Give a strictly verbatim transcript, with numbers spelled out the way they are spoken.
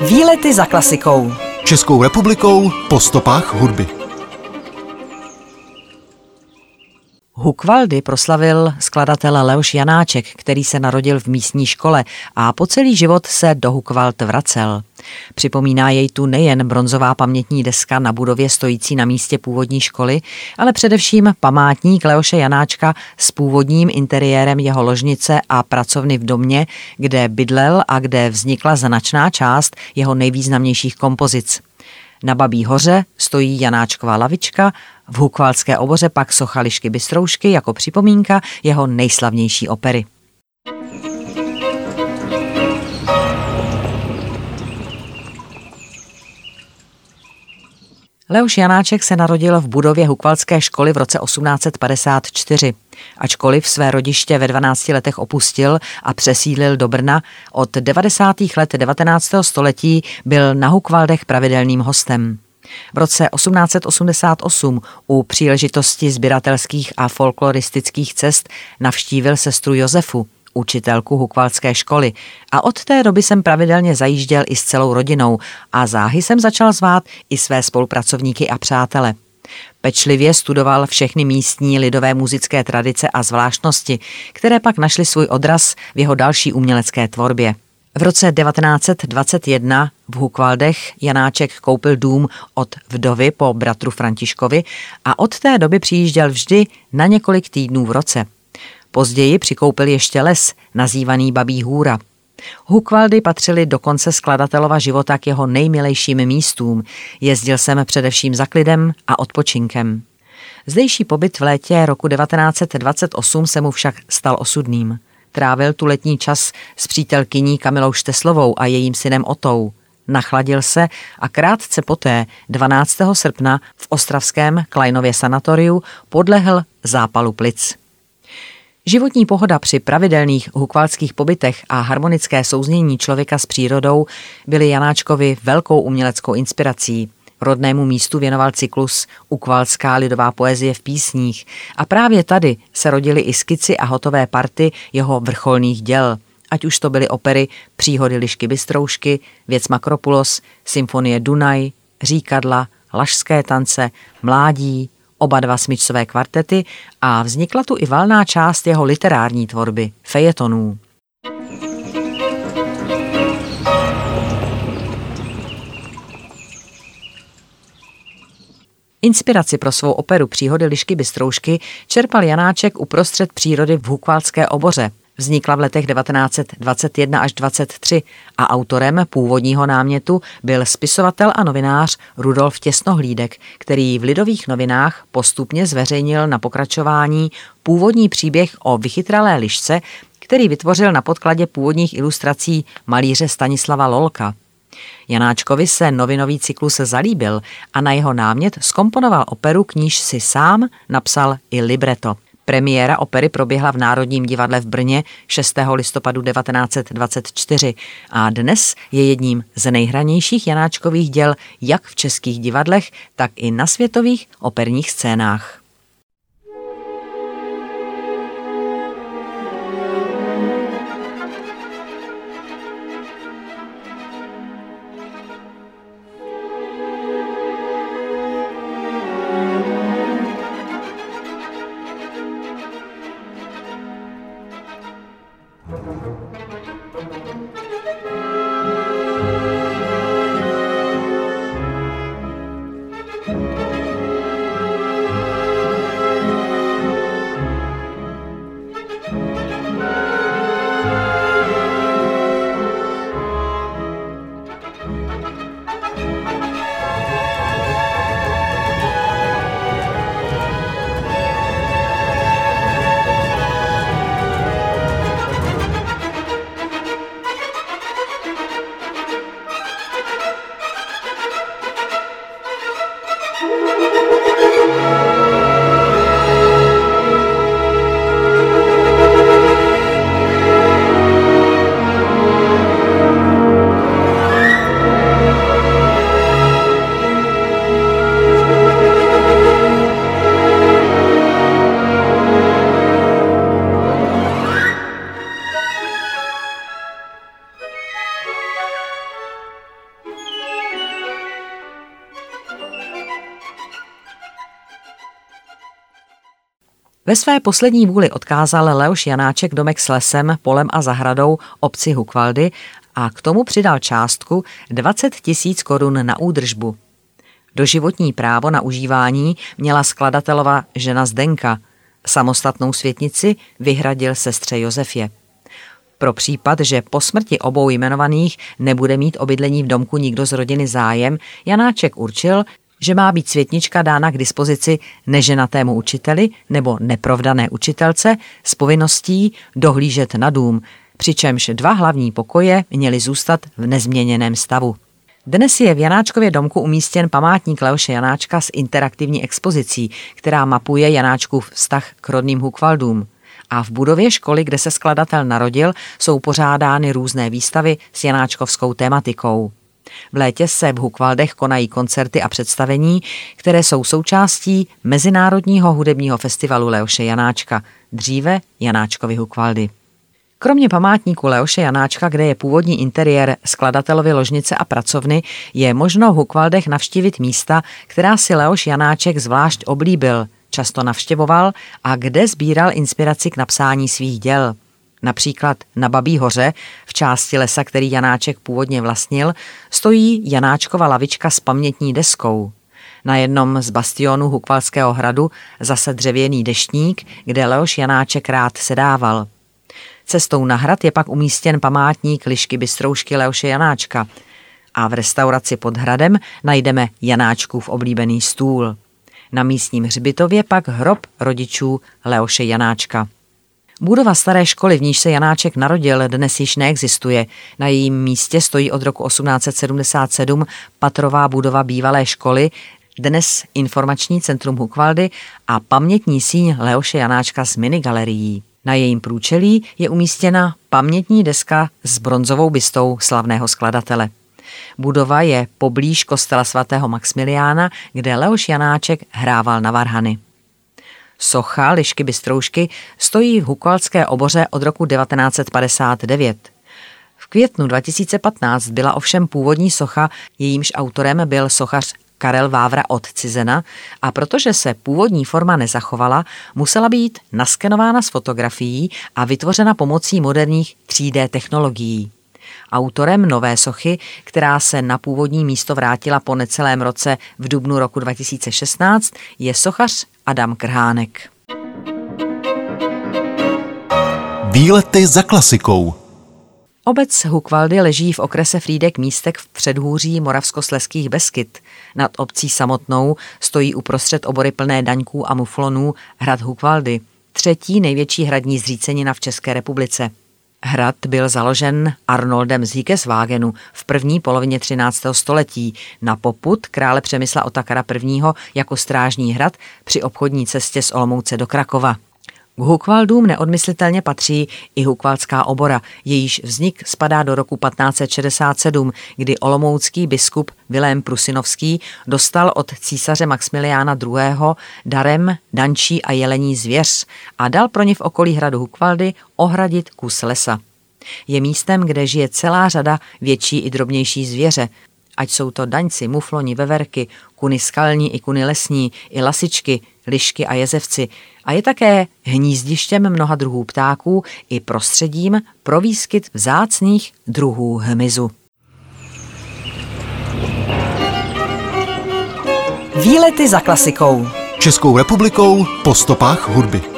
Výlety za klasikou. Českou republikou po stopách hudby. Hukvaldy proslavil skladatel Leoš Janáček, který se narodil v místní škole a po celý život se do Hukvald vracel. Připomíná jej tu nejen bronzová pamětní deska na budově stojící na místě původní školy, ale především památník Leoše Janáčka s původním interiérem jeho ložnice a pracovny v domě, kde bydlel a kde vznikla značná část jeho nejvýznamnějších kompozic. Na Babí hoře stojí Janáčkova lavička, v Hukvaldské oboře pak socha Lišky Bystroušky jako připomínka jeho nejslavnější opery. Leoš Janáček se narodil v budově Hukvaldské školy v roce osmnáct set padesát čtyři. Ačkoliv své rodiště ve dvanácti letech opustil a přesídlil do Brna, od devadesátých let devatenáctého století byl na Hukvaldech pravidelným hostem. V roce osmnáct set osmdesát osm u příležitosti sběratelských a folkloristických cest navštívil sestru Josefu, učitelku Hukvaldské školy, a od té doby jsem pravidelně zajížděl i s celou rodinou a záhy jsem začal zvát i své spolupracovníky a přátele. Pečlivě studoval všechny místní lidové muzické tradice a zvláštnosti, které pak našly svůj odraz v jeho další umělecké tvorbě. V roce devatenáct set dvacet jedna v Hukvaldech Janáček koupil dům od vdovy po bratru Františkovi a od té doby přijížděl vždy na několik týdnů v roce. Později přikoupil ještě les, nazývaný Babí hůra. Hukvaldy patřily do konce skladatelova života k jeho nejmilejším místům. Jezdil jsem především za klidem a odpočinkem. Zdejší pobyt v létě roku devatenáct set dvacet osm se mu však stal osudným. Trávil tu letní čas s přítelkyní Kamilou Šteslovou a jejím synem Otou. Nachladil se a krátce poté, dvanáctého srpna, v ostravském Kleinově sanatoriu podlehl zápalu plic. Životní pohoda při pravidelných hukvaldských pobytech a harmonické souznění člověka s přírodou byly Janáčkovi velkou uměleckou inspirací. Rodnému místu věnoval cyklus Ukvaldská lidová poezie v písních a právě tady se rodily i skici a hotové party jeho vrcholných děl, ať už to byly opery Příhody Lišky Bystroušky, Věc Makropulos, Symfonie Dunaj, Říkadla, Lašské tance, Mládí, oba dva smyčcové kvartety a vznikla tu i valná část jeho literární tvorby, fejetonů. Inspiraci pro svou operu Příhody Lišky Bystroušky čerpal Janáček uprostřed přírody v Hukvaldské oboře. Vznikla v letech devatenáct set dvacet jedna až dvacet tři a autorem původního námětu byl spisovatel a novinář Rudolf Těsnohlídek, který v Lidových novinách postupně zveřejnil na pokračování původní příběh o vychytralé lišce, který vytvořil na podkladě původních ilustrací malíře Stanislava Lolka. Janáčkovi se novinový cyklus zalíbil a na jeho námět zkomponoval operu, k níž si sám napsal i libreto. Premiéra opery proběhla v Národním divadle v Brně šestého listopadu devatenáct set dvacet čtyři a dnes je jedním z nejhranějších Janáčkových děl jak v českých divadlech, tak i na světových operních scénách. Ve své poslední vůli odkázal Leoš Janáček domek s lesem, polem a zahradou obci Hukvaldy a k tomu přidal částku dvacet tisíc korun na údržbu. Doživotní právo na užívání měla skladatelova žena Zdenka. Samostatnou světnici vyhradil sestře Josefě. Pro případ, že po smrti obou jmenovaných nebude mít o bydlení v domku nikdo z rodiny zájem, Janáček určil, že má být světnička dána k dispozici neženatému učiteli nebo neprovdané učitelce s povinností dohlížet na dům, přičemž dva hlavní pokoje měly zůstat v nezměněném stavu. Dnes je v Janáčkově domku umístěn památník Leoše Janáčka s interaktivní expozicí, která mapuje Janáčkův vztah k rodným Hukvaldům. A v budově školy, kde se skladatel narodil, jsou pořádány různé výstavy s janáčkovskou tematikou. V létě se v Hukvaldech konají koncerty a představení, které jsou součástí Mezinárodního hudebního festivalu Leoše Janáčka, dříve Janáčkovy Hukvaldy. Kromě památníku Leoše Janáčka, kde je původní interiér skladatelovy ložnice a pracovny, je možno v Hukvaldech navštívit místa, která si Leoš Janáček zvlášť oblíbil, často navštěvoval a kde sbíral inspiraci k napsání svých děl. Například na Babí hoře, v části lesa, který Janáček původně vlastnil, stojí Janáčkova lavička s pamětní deskou. Na jednom z bastionů Hukvaldského hradu zase dřevěný deštník, kde Leoš Janáček rád sedával. Cestou na hrad je pak umístěn památník lišky bystroušky Leoše Janáčka a v restauraci pod hradem najdeme Janáčkův oblíbený stůl. Na místním hřbitově pak hrob rodičů Leoše Janáčka. Budova staré školy, v níž se Janáček narodil, dnes již neexistuje. Na jejím místě stojí od roku osmnáct set sedmdesát sedm patrová budova bývalé školy, dnes informační centrum Hukvaldy a pamětní síň Leoše Janáčka s minigalerií. Na jejím průčelí je umístěna pamětní deska s bronzovou bystou slavného skladatele. Budova je poblíž kostela svatého Maxmiliána, kde Leoš Janáček hrával na varhany. Socha lišky bystroušky stojí v Hukvaldské oboře od roku devatenáct set padesát devět. V květnu dva tisíce patnáct byla ovšem původní socha, jejímž autorem byl sochař Karel Vávra od Cizena, a protože se původní forma nezachovala, musela být naskenována s fotografií a vytvořena pomocí moderních tři dé technologií. Autorem nové sochy, která se na původní místo vrátila po necelém roce v dubnu roku dva tisíce šestnáct, je sochař Adam Krhánek. Výlety za klasikou. Obec Hukvaldy leží v okrese Frýdek-Místek v předhůří Moravskoslezských Beskyd. Nad obcí samotnou stojí uprostřed obory plné daňků a muflonů hrad Hukvaldy, třetí největší hradní zřícenina v České republice. Hrad byl založen Arnoldem z Hikeswagenu v první polovině třináctého století na popud krále Přemysla Otakara prvního. jako strážní hrad při obchodní cestě z Olomouce do Krakova. K Hukvaldům neodmyslitelně patří i Hukvaldská obora, jejíž vznik spadá do roku patnáct set šedesát sedm, kdy olomoucký biskup Vilém Prusinovský dostal od císaře Maxmiliána druhého. darem dančí a jelení zvěř a dal pro ně v okolí hradu Hukvaldy ohradit kus lesa. Je místem, kde žije celá řada větší i drobnější zvěře, ať jsou to daňci, mufloni, veverky, kuny skalní i kuny lesní, i lasičky, lišky a jezevci, a je také hnízdištěm mnoha druhů ptáků i prostředím pro výskyt vzácných druhů hmyzu. Výlety za klasikou. Českou republikou po stopách hudby.